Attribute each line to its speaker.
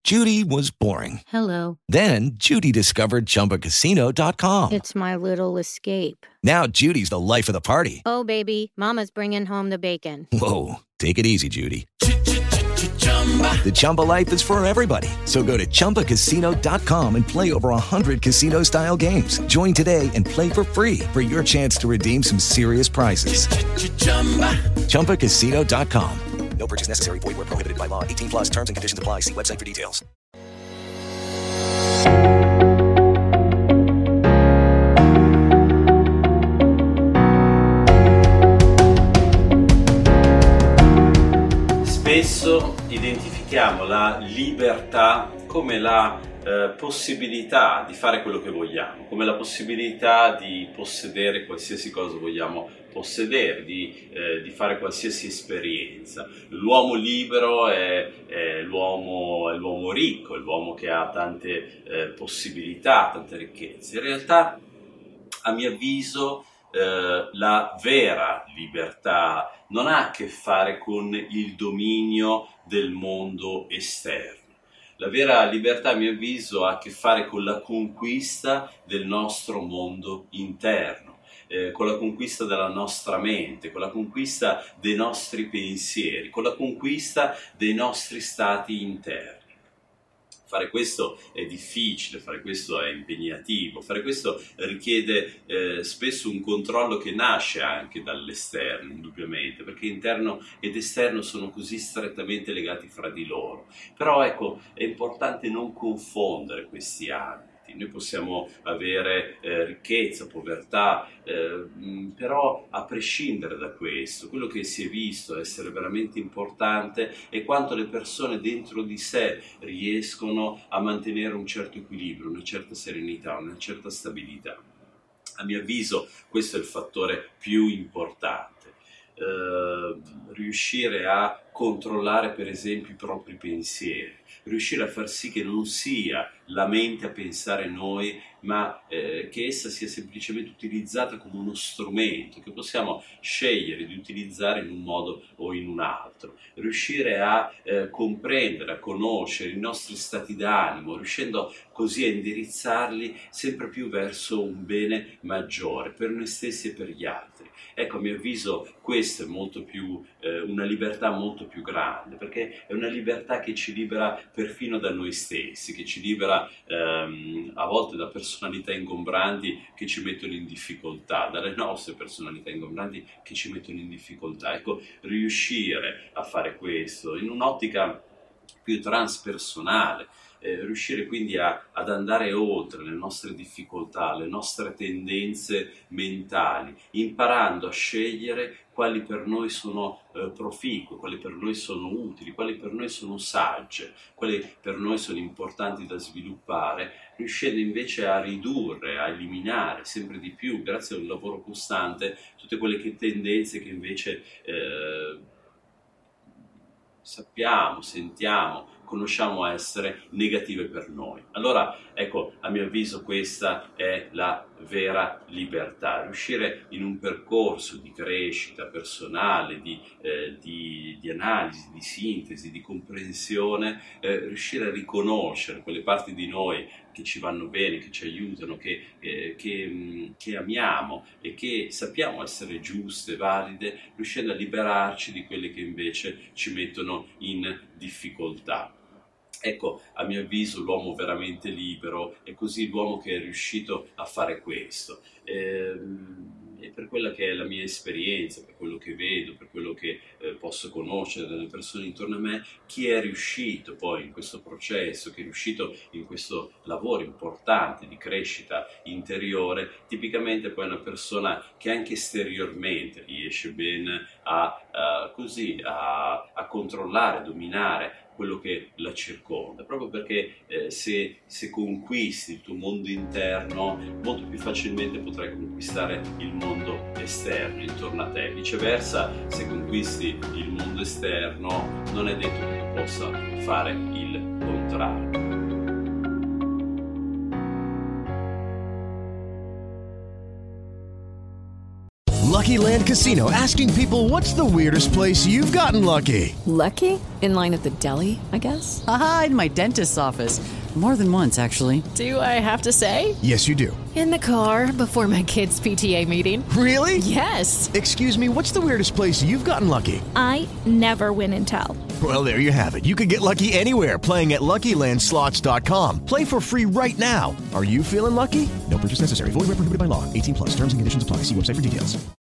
Speaker 1: Judy was boring.
Speaker 2: Hello.
Speaker 1: Then Judy discovered ChumbaCasino.com.
Speaker 2: It's my little escape.
Speaker 1: Now Judy's the life of the party.
Speaker 2: Oh, baby, mama's bringing home the bacon.
Speaker 1: Whoa, take it easy, Judy. The Chumba life is for everybody. So go to ChumbaCasino.com and play over 100 casino-style games. Join today and play for free for your chance to redeem some serious prizes. ChumbaCasino.com. No purchase necessary. Void where prohibited by law. 18 plus terms and conditions apply. See website for details.
Speaker 3: Spesso identifichiamo la libertà come la possibilità di fare quello che vogliamo, come la possibilità di possedere qualsiasi cosa vogliamo possedere, di fare qualsiasi esperienza. L'uomo libero è l'uomo ricco, è l'uomo che ha tante possibilità, tante ricchezze. In realtà, a mio avviso, la vera libertà non ha a che fare con il dominio del mondo esterno. La vera libertà, a mio avviso, ha a che fare con la conquista del nostro mondo interno, con la conquista della nostra mente, con la conquista dei nostri pensieri, con la conquista dei nostri stati interni. Fare questo è difficile, fare questo è impegnativo, fare questo richiede spesso un controllo che nasce anche dall'esterno, indubbiamente, perché interno ed esterno sono così strettamente legati fra di loro. Però ecco, è importante non confondere questi ambiti. Noi possiamo avere ricchezza, povertà, però a prescindere da questo, quello che si è visto essere veramente importante è quanto le persone dentro di sé riescono a mantenere un certo equilibrio, una certa serenità, una certa stabilità. A mio avviso questo è il fattore più importante. Riuscire a controllare per esempio i propri pensieri, riuscire a far sì che non sia la mente a pensare noi, ma che essa sia semplicemente utilizzata come uno strumento che possiamo scegliere di utilizzare in un modo o in un altro. Riuscire a comprendere, a conoscere i nostri stati d'animo, riuscendo così a indirizzarli sempre più verso un bene maggiore per noi stessi e per gli altri. Ecco, a mio avviso questo è molto più una libertà molto più grande, perché è una libertà che ci libera perfino da noi stessi, che ci libera a volte da personalità ingombranti che ci mettono in difficoltà, dalle nostre personalità ingombranti che ci mettono in difficoltà. Ecco, riuscire a fare questo in un'ottica più transpersonale, riuscire quindi ad andare oltre le nostre difficoltà, le nostre tendenze mentali, imparando a scegliere quali per noi sono proficue, quali per noi sono utili, quali per noi sono sagge, quali per noi sono importanti da sviluppare, riuscendo invece a ridurre, a eliminare sempre di più, grazie a un lavoro costante, tutte quelle tendenze che invece sappiamo, sentiamo, conosciamo essere negative per noi. Allora, ecco, a mio avviso questa è la vera libertà, riuscire in un percorso di crescita personale, di analisi, di sintesi, di comprensione, riuscire a riconoscere quelle parti di noi che ci vanno bene, che ci aiutano, che amiamo e che sappiamo essere giuste, valide, riuscendo a liberarci di quelle che invece ci mettono in difficoltà. Ecco, a mio avviso l'uomo veramente libero è così l'uomo che è riuscito a fare questo. E per quella che è la mia esperienza, per quello che vedo, per quello che posso conoscere dalle persone intorno a me, chi è riuscito poi in questo processo, chi è riuscito in questo lavoro importante di crescita interiore, tipicamente poi è una persona che anche esteriormente riesce bene a controllare, dominare quello che la circonda, proprio perché se conquisti il tuo mondo interno, molto più facilmente potrai conquistare il mondo esterno intorno a te. Viceversa, se conquisti il mondo esterno, non è detto che tu possa fare il contrario.
Speaker 4: Lucky Land Casino, asking people, what's the weirdest place you've gotten lucky?
Speaker 5: Lucky? In line at the deli, I guess?
Speaker 6: Aha, in my dentist's office. More than once, actually.
Speaker 5: Do I have to say?
Speaker 4: Yes, you do.
Speaker 5: In the car before my kids' PTA meeting.
Speaker 4: Really?
Speaker 5: Yes.
Speaker 4: Excuse me, what's the weirdest place you've gotten lucky?
Speaker 7: I never win and tell.
Speaker 4: Well, there you have it. You can get lucky anywhere, playing at LuckyLandSlots.com. Play for free right now. Are you feeling lucky? No purchase necessary. Void where prohibited by law. 18+. Terms and conditions apply. See website for details.